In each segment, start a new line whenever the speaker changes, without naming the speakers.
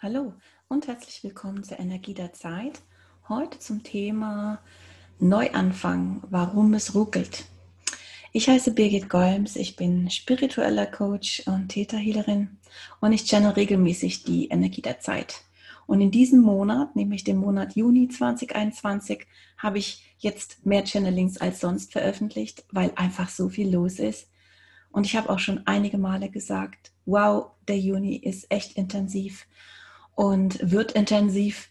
Hallo und herzlich willkommen zur Energie der Zeit. Heute zum Thema Neuanfang, warum es ruckelt. Ich heiße Birgit Golms, ich bin spiritueller Coach und Theta-Healerin und ich channel regelmäßig die Energie der Zeit. Und in diesem Monat, nämlich dem Monat Juni 2021, habe ich jetzt mehr Channelings als sonst veröffentlicht, weil einfach so viel los ist. Und ich habe auch schon einige Male gesagt, wow, der Juni ist echt intensiv und wird intensiv.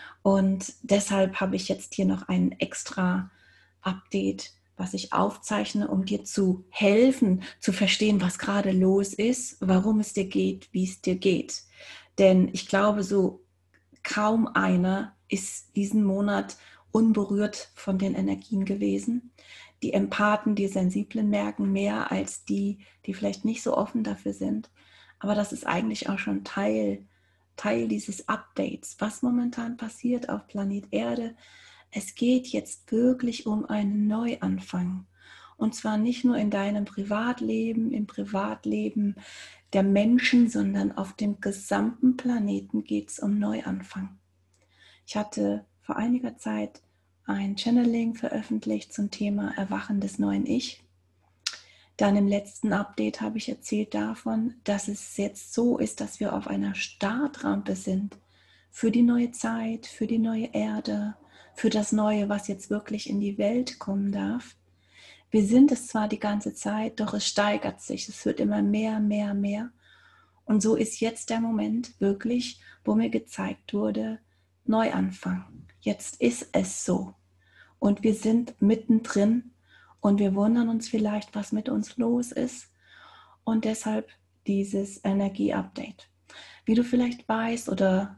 Und deshalb habe ich jetzt hier noch ein extra Update, was ich aufzeichne, um dir zu helfen, zu verstehen, was gerade los ist, warum es dir geht, wie es dir geht. Denn ich glaube, so kaum einer ist diesen Monat unberührt von den Energien gewesen. Die Empathen, die Sensiblen merken mehr als die, die vielleicht nicht so offen dafür sind. Aber das ist eigentlich auch schon Teil dieses Updates, was momentan passiert auf Planet Erde. Es geht jetzt wirklich um einen Neuanfang. Und zwar nicht nur in deinem Privatleben, im Privatleben der Menschen, sondern auf dem gesamten Planeten geht es um Neuanfang. Ich hatte vor einiger Zeit ein Channeling veröffentlicht zum Thema Erwachen des neuen Ich. Dann im letzten Update habe ich erzählt davon, dass es jetzt so ist, dass wir auf einer Startrampe sind für die neue Zeit, für die neue Erde, für das Neue, was jetzt wirklich in die Welt kommen darf. Wir sind es zwar die ganze Zeit, doch es steigert sich, es wird immer mehr, mehr, mehr. Und so ist jetzt der Moment wirklich, wo mir gezeigt wurde, Neuanfang. Jetzt ist es so. Und wir sind mittendrin und wir wundern uns vielleicht, was mit uns los ist. Und deshalb dieses Energie-Update. Wie du vielleicht weißt oder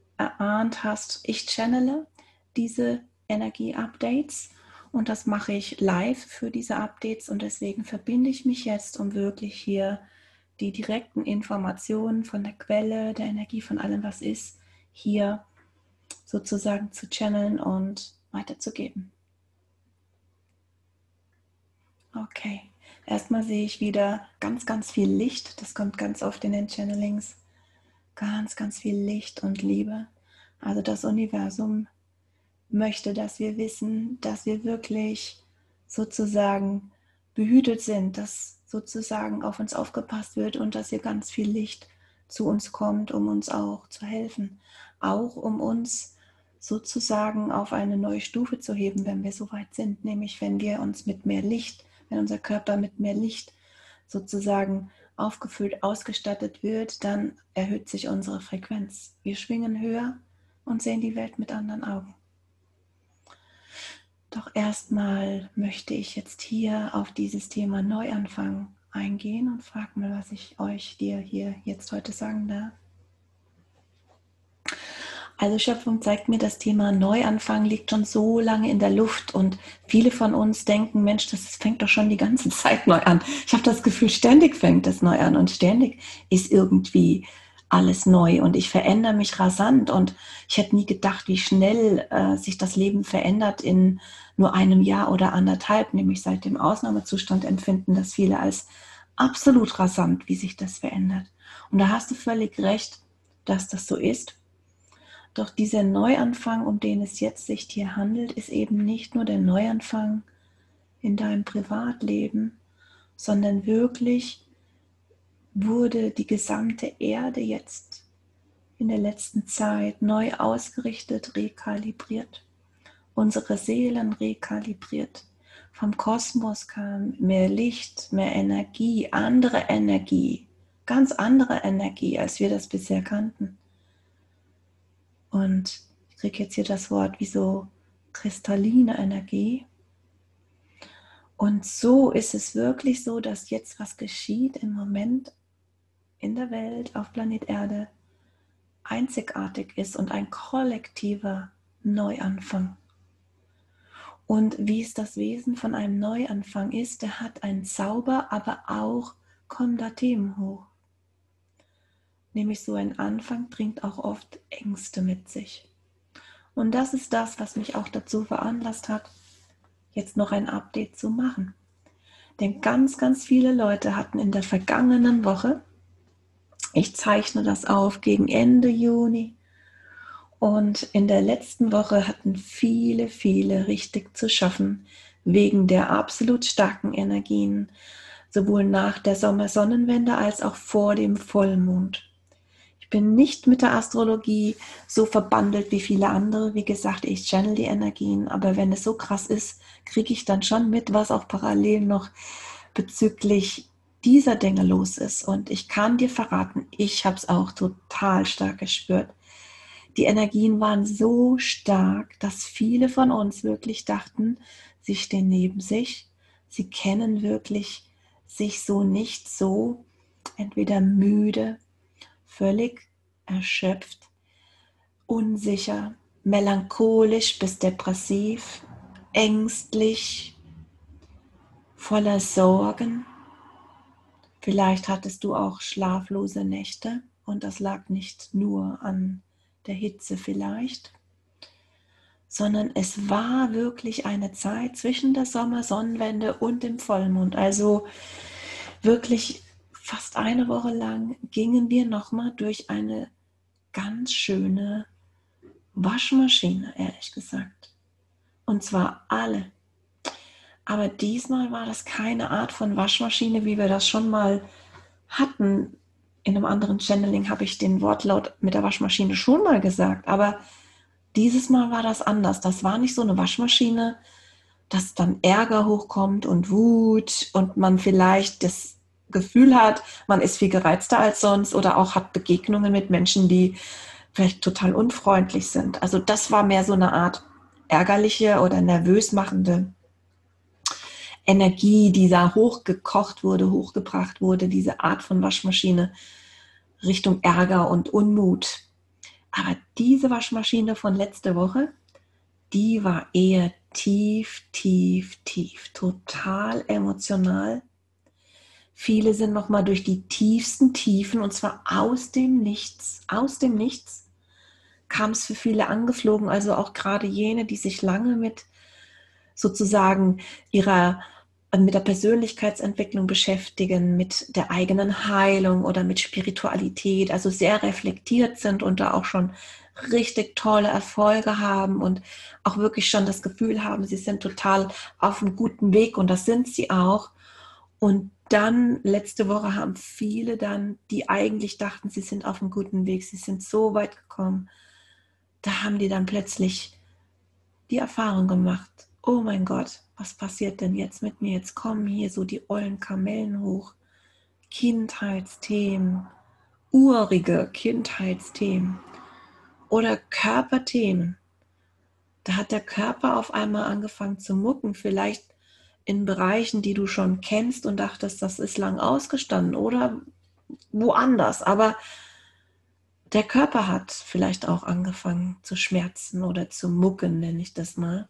erahnt hast, ich channele diese Energie-Updates und das mache ich live für diese Updates und deswegen verbinde ich mich jetzt, um wirklich hier die direkten Informationen von der Quelle, der Energie, von allem, was ist, hier sozusagen zu channeln und weiterzugeben. Okay, erstmal sehe ich wieder ganz, ganz viel Licht. Das kommt ganz oft in den Channelings. Ganz, ganz viel Licht und Liebe. Also das Universum möchte, dass wir wissen, dass wir wirklich sozusagen behütet sind, dass sozusagen auf uns aufgepasst wird und dass hier ganz viel Licht zu uns kommt, um uns auch zu helfen. Auch um uns sozusagen auf eine neue Stufe zu heben, wenn wir soweit sind, nämlich wenn wir uns mit mehr Licht, wenn unser Körper mit mehr Licht sozusagen aufgefüllt, ausgestattet wird, dann erhöht sich unsere Frequenz. Wir schwingen höher und sehen die Welt mit anderen Augen. Doch erstmal möchte ich jetzt hier auf dieses Thema Neuanfang eingehen und frage mal, was ich dir hier jetzt heute sagen darf. Also Schöpfung zeigt mir, das Thema Neuanfang liegt schon so lange in der Luft und viele von uns denken, Mensch, das fängt doch schon die ganze Zeit neu an. Ich habe das Gefühl, ständig fängt das neu an und ständig ist irgendwie alles neu und ich verändere mich rasant und ich hätte nie gedacht, wie schnell sich das Leben verändert in nur einem Jahr oder anderthalb, nämlich seit dem Ausnahmezustand empfinden das viele als absolut rasant, wie sich das verändert. Und da hast du völlig recht, dass das so ist. Doch dieser Neuanfang, um den es jetzt sich hier handelt, ist eben nicht nur der Neuanfang in deinem Privatleben, sondern wirklich wurde die gesamte Erde jetzt in der letzten Zeit neu ausgerichtet, rekalibriert. Unsere Seelen rekalibriert. Vom Kosmos kam mehr Licht, mehr Energie, andere Energie, ganz andere Energie, als wir das bisher kannten. Und ich kriege jetzt hier das Wort wie so kristalline Energie. Und so ist es wirklich so, dass jetzt was geschieht im Moment in der Welt, auf Planet Erde, einzigartig ist und ein kollektiver Neuanfang. Und wie es das Wesen von einem Neuanfang ist, der hat einen Zauber, aber auch kommen da Themen hoch. Nämlich so ein Anfang bringt auch oft Ängste mit sich. Und das ist das, was mich auch dazu veranlasst hat, jetzt noch ein Update zu machen. Denn ganz, ganz viele Leute hatten in der vergangenen Woche Ich zeichne das auf gegen Ende Juni. Und in der letzten Woche hatten viele, viele richtig zu schaffen, wegen der absolut starken Energien, sowohl nach der Sommersonnenwende als auch vor dem Vollmond. Ich bin nicht mit der Astrologie so verbandelt wie viele andere. Wie gesagt, ich channel die Energien, aber wenn es so krass ist, kriege ich dann schon mit, was auch parallel noch bezüglich dieser Dinge los ist. Und ich kann dir verraten, ich habe es auch total stark gespürt. Die Energien waren so stark, dass viele von uns wirklich dachten, sie stehen neben sich, sie kennen wirklich sich so nicht so, entweder müde, völlig erschöpft, unsicher, melancholisch bis depressiv, ängstlich, voller Sorgen. Vielleicht hattest du auch schlaflose Nächte und das lag nicht nur an der Hitze vielleicht, sondern es war wirklich eine Zeit zwischen der Sommersonnenwende und dem Vollmond. Also wirklich fast eine Woche lang gingen wir nochmal durch eine ganz schöne Waschmaschine, ehrlich gesagt. Und zwar alle. Aber diesmal war das keine Art von Waschmaschine, wie wir das schon mal hatten. In einem anderen Channeling habe ich den Wortlaut mit der Waschmaschine schon mal gesagt, aber dieses Mal war das anders. Das war nicht so eine Waschmaschine, dass dann Ärger hochkommt und Wut und man vielleicht das Gefühl hat, man ist viel gereizter als sonst oder auch hat Begegnungen mit Menschen, die vielleicht total unfreundlich sind. Also das war mehr so eine Art ärgerliche oder nervös machende Energie, die da hochgekocht wurde, hochgebracht wurde, diese Art von Waschmaschine Richtung Ärger und Unmut. Aber diese Waschmaschine von letzter Woche, die war eher tief, tief, tief, total emotional. Viele sind nochmal durch die tiefsten Tiefen und zwar aus dem Nichts kam es für viele angeflogen, also auch gerade jene, die sich lange mit sozusagen mit der Persönlichkeitsentwicklung beschäftigen, mit der eigenen Heilung oder mit Spiritualität, also sehr reflektiert sind und da auch schon richtig tolle Erfolge haben und auch wirklich schon das Gefühl haben, sie sind total auf einem guten Weg und das sind sie auch. Und dann, letzte Woche haben viele dann, die eigentlich dachten, sie sind auf einem guten Weg, sie sind so weit gekommen, da haben die dann plötzlich die Erfahrung gemacht, oh mein Gott, was passiert denn jetzt mit mir? Jetzt kommen hier so die ollen Kamellen hoch. Kindheitsthemen, urige Kindheitsthemen oder Körperthemen. Da hat der Körper auf einmal angefangen zu mucken, vielleicht in Bereichen, die du schon kennst und dachtest, das ist lang ausgestanden oder woanders. Aber der Körper hat vielleicht auch angefangen zu schmerzen oder zu mucken, nenne ich das mal.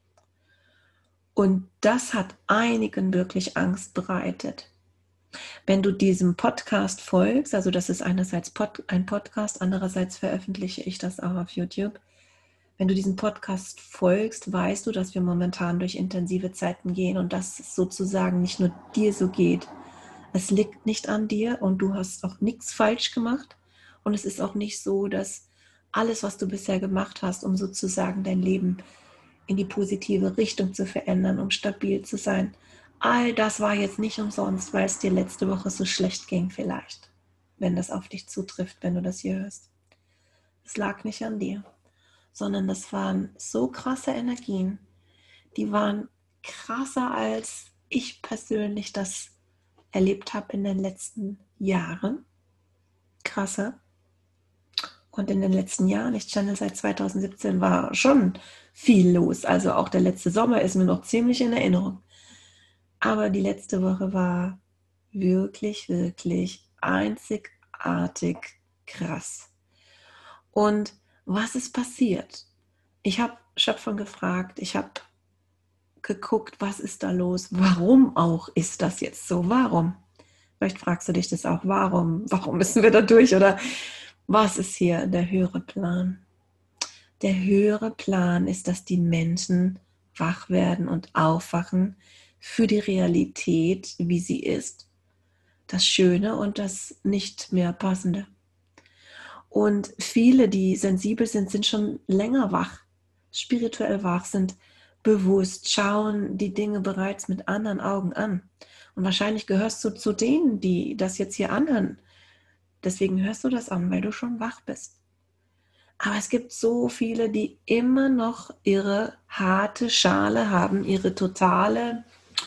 Und das hat einigen wirklich Angst bereitet. Wenn du diesem Podcast folgst, also das ist einerseits ein Podcast, andererseits veröffentliche ich das auch auf YouTube. Wenn du diesem Podcast folgst, weißt du, dass wir momentan durch intensive Zeiten gehen und dass es sozusagen nicht nur dir so geht. Es liegt nicht an dir und du hast auch nichts falsch gemacht. Und es ist auch nicht so, dass alles, was du bisher gemacht hast, um sozusagen dein Leben in die positive Richtung zu verändern, um stabil zu sein. All das war jetzt nicht umsonst, weil es dir letzte Woche so schlecht ging vielleicht, wenn das auf dich zutrifft, wenn du das hier hörst. Es lag nicht an dir, sondern das waren so krasse Energien, die waren krasser, als ich persönlich das erlebt habe in den letzten Jahren. Krasser. Und in den letzten Jahren, ich channel seit 2017, war schon viel los. Also auch der letzte Sommer ist mir noch ziemlich in Erinnerung. Aber die letzte Woche war wirklich, wirklich einzigartig krass. Und was ist passiert? Ich habe Schöpfung gefragt, ich habe geguckt, was ist da los? Warum auch ist das jetzt so? Warum? Vielleicht fragst du dich das auch, warum? Warum müssen wir da durch? Oder was ist hier der höhere Plan? Der höhere Plan ist, dass die Menschen wach werden und aufwachen für die Realität, wie sie ist. das Schöne und das nicht mehr Passende. Und viele, die sensibel sind, sind schon länger wach, spirituell wach, sind bewusst, schauen die Dinge bereits mit anderen Augen an. Und wahrscheinlich gehörst du zu denen, die das jetzt hier anhören. Deswegen hörst du das an, weil du schon wach bist. Aber es gibt so viele, die immer noch ihre harte Schale haben, ihre totale,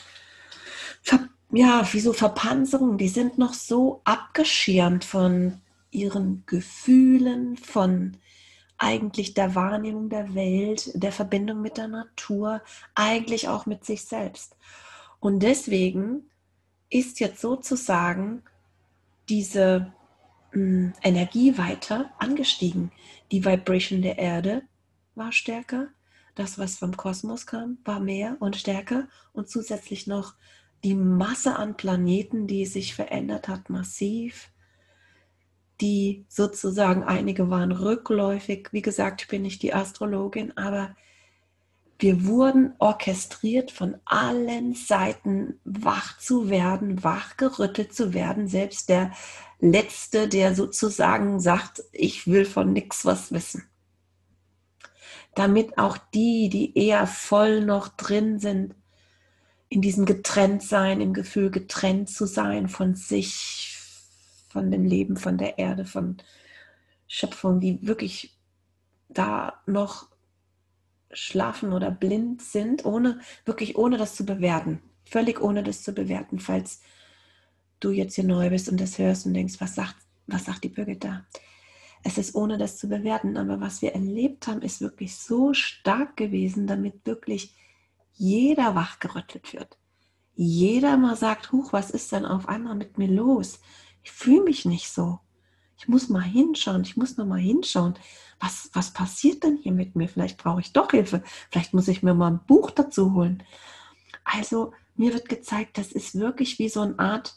wie so Verpanzerung. Die sind noch so abgeschirmt von ihren Gefühlen, von eigentlich der Wahrnehmung der Welt, der Verbindung mit der Natur, eigentlich auch mit sich selbst. Und deswegen ist jetzt sozusagen diese Energie weiter angestiegen. Die Vibration der Erde war stärker, das, was vom Kosmos kam, war mehr und stärker und zusätzlich noch die Masse an Planeten, die sich verändert hat, massiv, die sozusagen, einige waren rückläufig, wie gesagt, ich bin nicht die Astrologin, aber wir wurden orchestriert von allen Seiten wach zu werden, wachgerüttelt zu werden. Selbst der Letzte, der sozusagen sagt, ich will von nichts was wissen. Damit auch die, die eher voll noch drin sind, in diesem Getrenntsein, im Gefühl getrennt zu sein von sich, von dem Leben, von der Erde, von Schöpfung, die wirklich da noch schlafen oder blind sind, ohne das zu bewerten. Völlig ohne das zu bewerten, falls du jetzt hier neu bist und das hörst und denkst, was sagt die Birgit da? Es ist ohne das zu bewerten, aber was wir erlebt haben, ist wirklich so stark gewesen, damit wirklich jeder wachgerüttelt wird. Jeder mal sagt, huch, was ist denn auf einmal mit mir los? Ich fühle mich nicht so. Ich muss mal hinschauen, ich muss noch mal hinschauen. Was passiert denn hier mit mir? Vielleicht brauche ich doch Hilfe. Vielleicht muss ich mir mal ein Buch dazu holen. Also mir wird gezeigt, das ist wirklich wie so eine Art,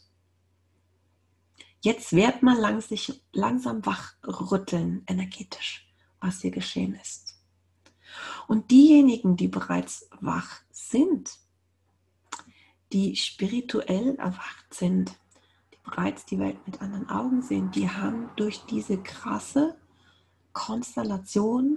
jetzt werd mal langsam wachrütteln, energetisch, was hier geschehen ist. Und diejenigen, die bereits wach sind, die spirituell erwacht sind, die bereits die Welt mit anderen Augen sehen, die haben durch diese krasse Konstellation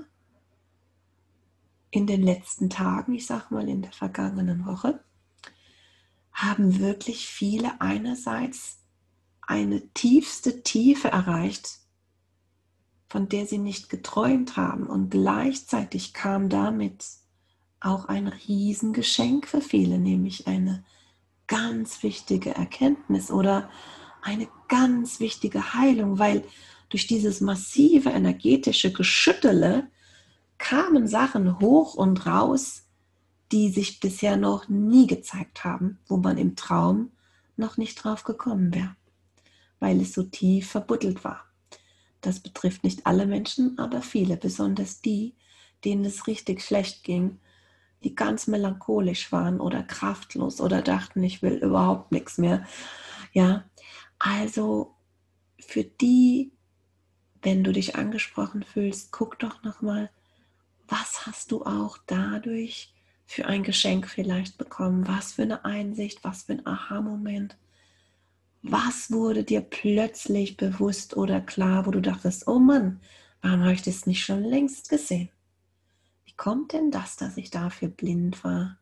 in den letzten Tagen, ich sage mal in der vergangenen Woche, haben wirklich viele einerseits eine tiefste Tiefe erreicht, von der sie nicht geträumt haben, und gleichzeitig kam damit auch ein Riesengeschenk für viele, nämlich eine ganz wichtige Erkenntnis oder eine ganz wichtige Heilung, weil durch dieses massive energetische Geschüttele kamen Sachen hoch und raus, die sich bisher noch nie gezeigt haben, wo man im Traum noch nicht drauf gekommen wäre, weil es so tief verbuddelt war. Das betrifft nicht alle Menschen, aber viele, besonders die, denen es richtig schlecht ging, die ganz melancholisch waren oder kraftlos oder dachten, ich will überhaupt nichts mehr. Ja, also für die, wenn du dich angesprochen fühlst, guck doch nochmal, was hast du auch dadurch für ein Geschenk vielleicht bekommen? Was für eine Einsicht, was für ein Aha-Moment? Was wurde dir plötzlich bewusst oder klar, wo du dachtest, oh Mann, warum habe ich das nicht schon längst gesehen? Wie kommt denn das, dass ich dafür blind war?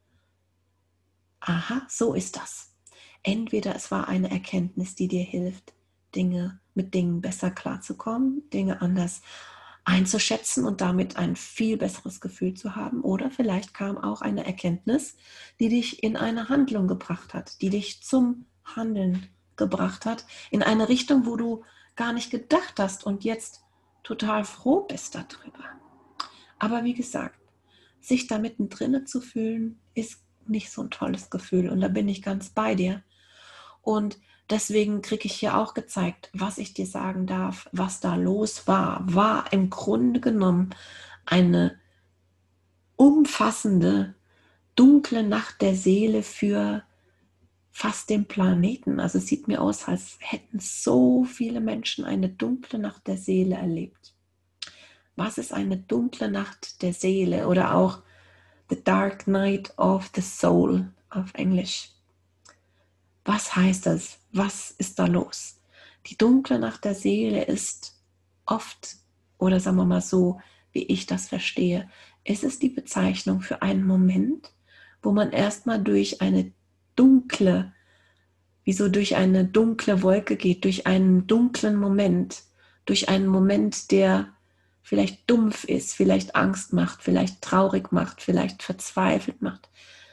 Aha, so ist das. Entweder es war eine Erkenntnis, die dir hilft, mit Dingen besser klarzukommen, Dinge anders einzuschätzen und damit ein viel besseres Gefühl zu haben. Oder vielleicht kam auch eine Erkenntnis, die dich in eine Handlung gebracht hat, die dich zum Handeln gebracht hat, in eine Richtung, wo du gar nicht gedacht hast und jetzt total froh bist darüber. Aber wie gesagt, sich da mittendrin zu fühlen, ist nicht so ein tolles Gefühl. Und da bin ich ganz bei dir. Und deswegen kriege ich hier auch gezeigt, was ich dir sagen darf, was da los war im Grunde genommen eine umfassende, dunkle Nacht der Seele für fast den Planeten. Also es sieht mir aus, als hätten so viele Menschen eine dunkle Nacht der Seele erlebt. Was ist eine dunkle Nacht der Seele oder auch The Dark Night of the Soul auf Englisch? Was heißt das? Was ist da los? Die dunkle Nacht der Seele ist oft, oder sagen wir mal so, wie ich das verstehe, ist es die Bezeichnung für einen Moment, wo man erstmal durch eine dunkle, wie so durch eine dunkle Wolke geht, durch einen dunklen Moment, durch einen Moment, der vielleicht dumpf ist, vielleicht Angst macht, vielleicht traurig macht, vielleicht verzweifelt macht,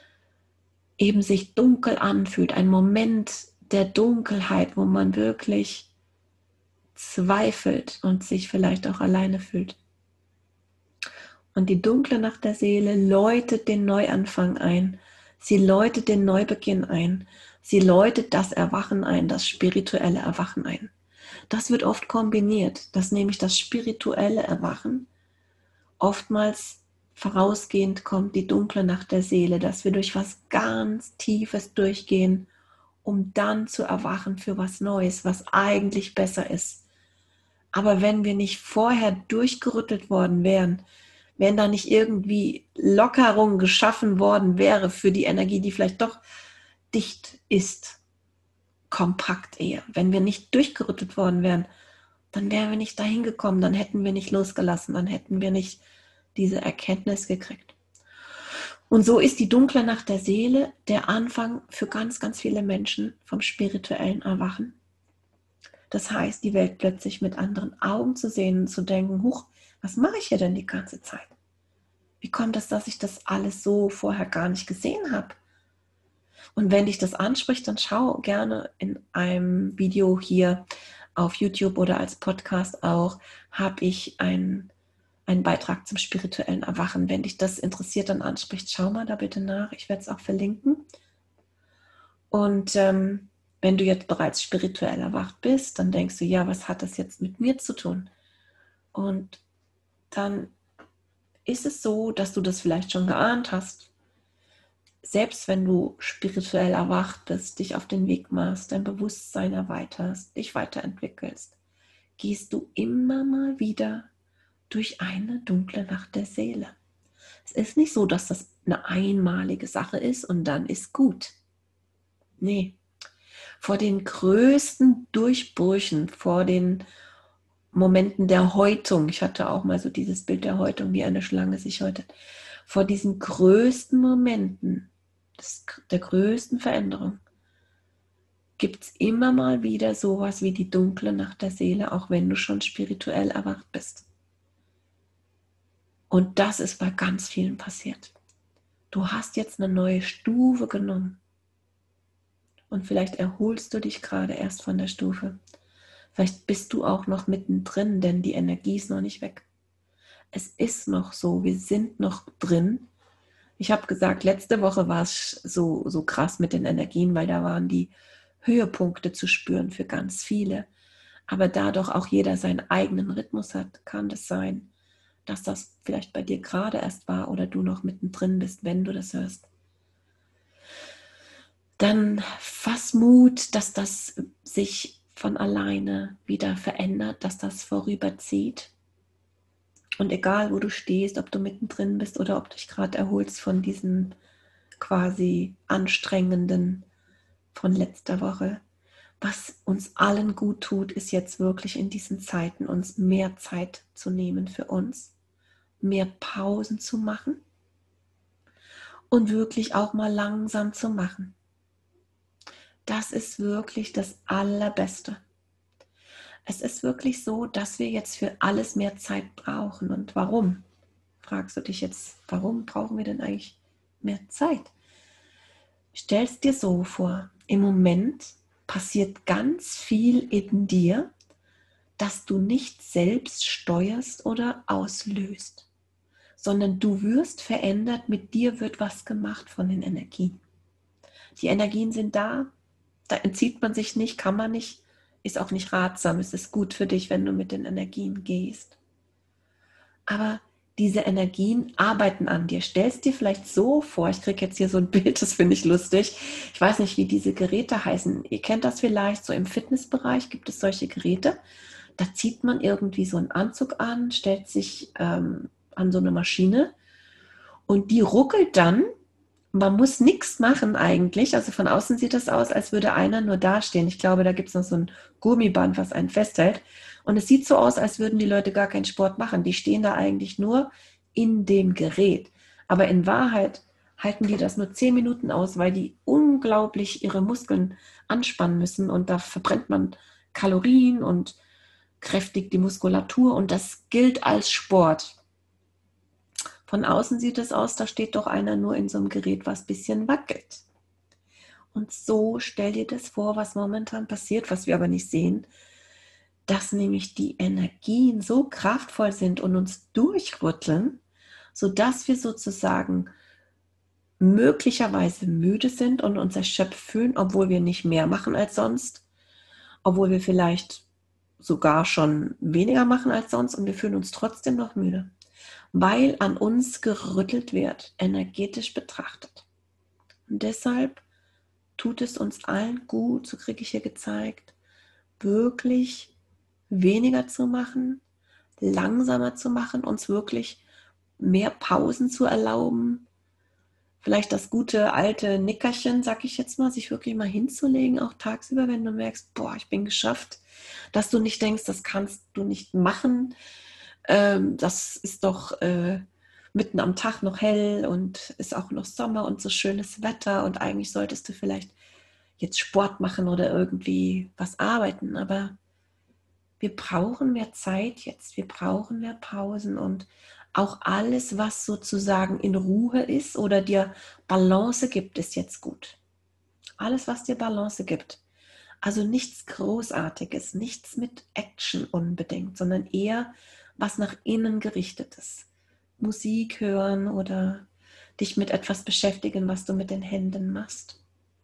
eben sich dunkel anfühlt, ein Moment der Dunkelheit, wo man wirklich zweifelt und sich vielleicht auch alleine fühlt. Und die dunkle Nacht der Seele läutet den Neuanfang ein. Sie läutet den Neubeginn ein. Sie läutet das Erwachen ein, das spirituelle Erwachen ein. Das wird oft kombiniert, dass nämlich das spirituelle Erwachen oftmals vorausgehend kommt die dunkle Nacht der Seele, dass wir durch was ganz Tiefes durchgehen, um dann zu erwachen für was Neues, was eigentlich besser ist. Aber wenn wir nicht vorher durchgerüttelt worden wären, wenn da nicht irgendwie Lockerung geschaffen worden wäre für die Energie, die vielleicht doch dicht ist, kompakt eher, wenn wir nicht durchgerüttelt worden wären, dann wären wir nicht dahin gekommen, dann hätten wir nicht losgelassen, dann hätten wir nicht diese Erkenntnis gekriegt. Und so ist die dunkle Nacht der Seele der Anfang für ganz, ganz viele Menschen vom spirituellen Erwachen. Das heißt, die Welt plötzlich mit anderen Augen zu sehen und zu denken, huch, was mache ich hier denn die ganze Zeit? Wie kommt es, dass ich das alles so vorher gar nicht gesehen habe? Und wenn dich das anspricht, dann schau gerne in einem Video hier auf YouTube oder als Podcast auch, habe ich einen Beitrag zum spirituellen Erwachen. Wenn dich das interessiert und anspricht, schau mal da bitte nach. Ich werde es auch verlinken. Und wenn du jetzt bereits spirituell erwacht bist, dann denkst du, ja, was hat das jetzt mit mir zu tun? Und dann ist es so, dass du das vielleicht schon geahnt hast. Selbst wenn du spirituell erwacht bist, dich auf den Weg machst, dein Bewusstsein erweiterst, dich weiterentwickelst, gehst du immer mal wieder durch eine dunkle Nacht der Seele. Es ist nicht so, dass das eine einmalige Sache ist und dann ist gut. Nee. Vor den größten Durchbrüchen, vor den Momenten der Häutung, ich hatte auch mal so dieses Bild der Häutung, wie eine Schlange sich häutet, vor diesen größten Momenten der größten Veränderung gibt es immer mal wieder sowas wie die dunkle Nacht der Seele, auch wenn du schon spirituell erwacht bist. Und das ist bei ganz vielen passiert. Du hast jetzt eine neue Stufe genommen und vielleicht erholst du dich gerade erst von der Stufe. Vielleicht bist du auch noch mittendrin, denn die Energie ist noch nicht weg. Es ist noch so, wir sind noch drin. Ich habe gesagt, letzte Woche war es so krass mit den Energien, weil da waren die Höhepunkte zu spüren für ganz viele. Aber da doch auch jeder seinen eigenen Rhythmus hat, kann es sein, dass das vielleicht bei dir gerade erst war oder du noch mittendrin bist, wenn du das hörst. Dann fass Mut, dass das sich von alleine wieder verändert, dass das vorüberzieht. Und egal, wo du stehst, ob du mittendrin bist oder ob du dich gerade erholst von diesem quasi anstrengenden von letzter Woche, was uns allen gut tut, ist jetzt wirklich in diesen Zeiten uns mehr Zeit zu nehmen für uns, mehr Pausen zu machen und wirklich auch mal langsam zu machen. Das ist wirklich das Allerbeste. Es ist wirklich so, dass wir jetzt für alles mehr Zeit brauchen. Und warum? Fragst du dich jetzt, warum brauchen wir denn eigentlich mehr Zeit? Stell es dir so vor, im Moment passiert ganz viel in dir, das du nicht selbst steuerst oder auslöst, sondern du wirst verändert, mit dir wird was gemacht von den Energien. Die Energien sind da entzieht man sich nicht, kann man nicht, ist auch nicht ratsam, es ist gut für dich, wenn du mit den Energien gehst. Aber diese Energien arbeiten an dir. Stellst dir vielleicht so vor, ich kriege jetzt hier so ein Bild, das finde ich lustig. Ich weiß nicht, wie diese Geräte heißen. Ihr kennt das vielleicht, so im Fitnessbereich gibt es solche Geräte. Da zieht man irgendwie so einen Anzug an, stellt sich an so eine Maschine und die ruckelt dann Man muss nichts machen eigentlich. Also von außen sieht es aus, als würde einer nur dastehen. Ich glaube, da gibt es noch so ein Gummiband, was einen festhält. Und es sieht so aus, als würden die Leute gar keinen Sport machen. Die stehen da eigentlich nur in dem Gerät. Aber in Wahrheit halten die das nur 10 Minuten aus, weil die unglaublich ihre Muskeln anspannen müssen. Und da verbrennt man Kalorien und kräftigt die Muskulatur. Und das gilt als Sport. Von außen sieht es aus, da steht doch einer nur in so einem Gerät, was ein bisschen wackelt. Und so stell dir das vor, was momentan passiert, was wir aber nicht sehen, dass nämlich die Energien so kraftvoll sind und uns durchrütteln, sodass wir sozusagen möglicherweise müde sind und uns erschöpft fühlen, obwohl wir nicht mehr machen als sonst, obwohl wir vielleicht sogar schon weniger machen als sonst und wir fühlen uns trotzdem noch müde, weil an uns gerüttelt wird, energetisch betrachtet. Und deshalb tut es uns allen gut, so kriege ich hier gezeigt, wirklich weniger zu machen, langsamer zu machen, uns wirklich mehr Pausen zu erlauben, vielleicht das gute alte Nickerchen, sag ich jetzt mal, sich wirklich mal hinzulegen, auch tagsüber, wenn du merkst, boah, ich bin geschafft, dass du nicht denkst, das kannst du nicht machen, das ist doch mitten am Tag noch hell und ist auch noch Sommer und so schönes Wetter und eigentlich solltest du vielleicht jetzt Sport machen oder irgendwie was arbeiten, aber wir brauchen mehr Zeit jetzt, wir brauchen mehr Pausen und auch alles, was sozusagen in Ruhe ist oder dir Balance gibt, ist jetzt gut. Alles, was dir Balance gibt. Also nichts Großartiges, nichts mit Action unbedingt, sondern eher was nach innen gerichtetes. Musik hören oder dich mit etwas beschäftigen, was du mit den Händen machst.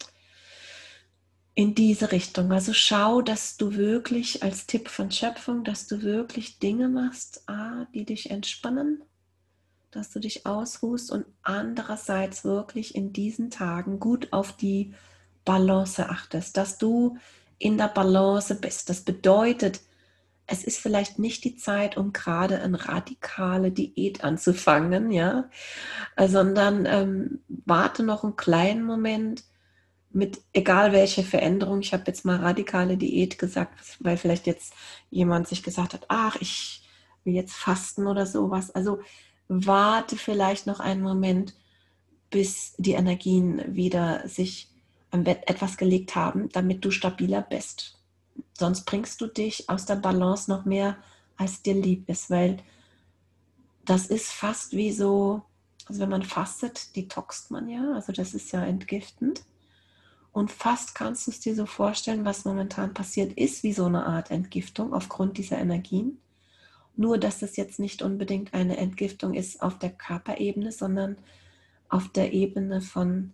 In diese Richtung. Also schau, dass du wirklich als Tipp von Schöpfung, dass du wirklich Dinge machst, die dich entspannen, dass du dich ausruhst und andererseits wirklich in diesen Tagen gut auf die Balance achtest, dass du in der Balance bist. Das bedeutet, es ist vielleicht nicht die Zeit, um gerade eine radikale Diät anzufangen, ja, sondern warte noch einen kleinen Moment mit egal welche Veränderung. Ich habe jetzt mal radikale Diät gesagt, weil vielleicht jetzt jemand sich gesagt hat, ach, ich will jetzt fasten oder sowas. Also warte vielleicht noch einen Moment, bis die Energien wieder sich am Bett etwas gelegt haben, damit du stabiler bist. Sonst bringst du dich aus der Balance noch mehr, als dir lieb ist, weil das ist fast wie so, also wenn man fastet, detoxt man ja, also das ist ja entgiftend. Und fast kannst du es dir so vorstellen, was momentan passiert ist, wie so eine Art Entgiftung aufgrund dieser Energien. Nur, dass es jetzt nicht unbedingt eine Entgiftung ist auf der Körperebene, sondern auf der Ebene von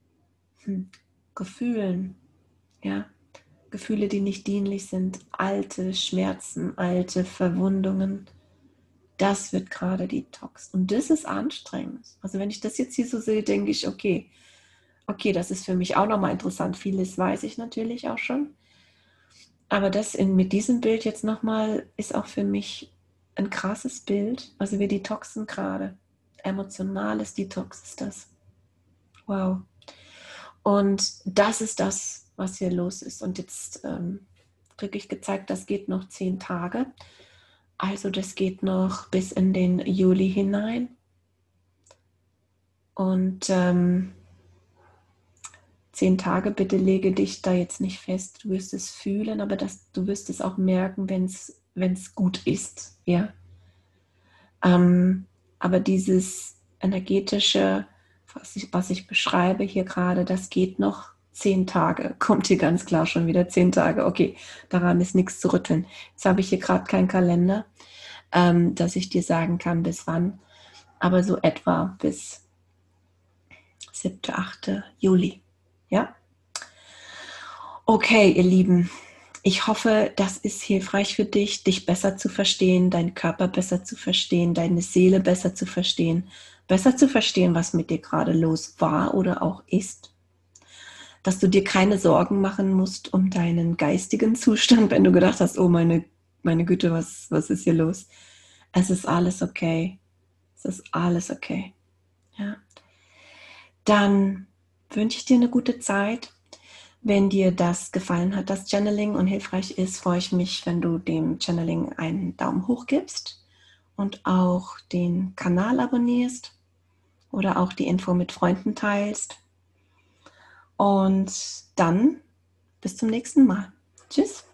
Gefühlen. Ja? Gefühle, die nicht dienlich sind, alte Schmerzen, alte Verwundungen. Das wird gerade detox. Und das ist anstrengend. Also wenn ich das jetzt hier so sehe, denke ich, okay, das ist für mich auch nochmal interessant. Vieles weiß ich natürlich auch schon. Aber mit diesem Bild jetzt nochmal ist auch für mich ein krasses Bild. Also wir detoxen gerade. Emotionales Detox ist das. Wow. Und das ist das, was hier los ist. Und jetzt kriege ich gezeigt, das geht noch 10 Tage. Also das geht noch bis in den Juli hinein. Und 10 Tage, bitte lege dich da jetzt nicht fest. Du wirst es fühlen, aber du wirst es auch merken, wenn es gut ist. Ja? Aber dieses energetische, was ich beschreibe hier gerade, das geht noch 10 Tage. Kommt hier ganz klar schon wieder 10 Tage. Okay, daran ist nichts zu rütteln. Jetzt habe ich hier gerade keinen Kalender, dass ich dir sagen kann, bis wann. Aber so etwa bis 7., 8. Juli. Ja? Okay, ihr Lieben. Ich hoffe, das ist hilfreich für dich, dich besser zu verstehen, deinen Körper besser zu verstehen, deine Seele besser zu verstehen, was mit dir gerade los war oder auch ist. Dass du dir keine Sorgen machen musst um deinen geistigen Zustand, wenn du gedacht hast, oh meine Güte, was ist hier los? Es ist alles okay. Es ist alles okay. Ja. Dann wünsche ich dir eine gute Zeit. Wenn dir das gefallen hat, das Channeling, und hilfreich ist, freue ich mich, wenn du dem Channeling einen Daumen hoch gibst und auch den Kanal abonnierst oder auch die Info mit Freunden teilst. Und dann bis zum nächsten Mal. Tschüss.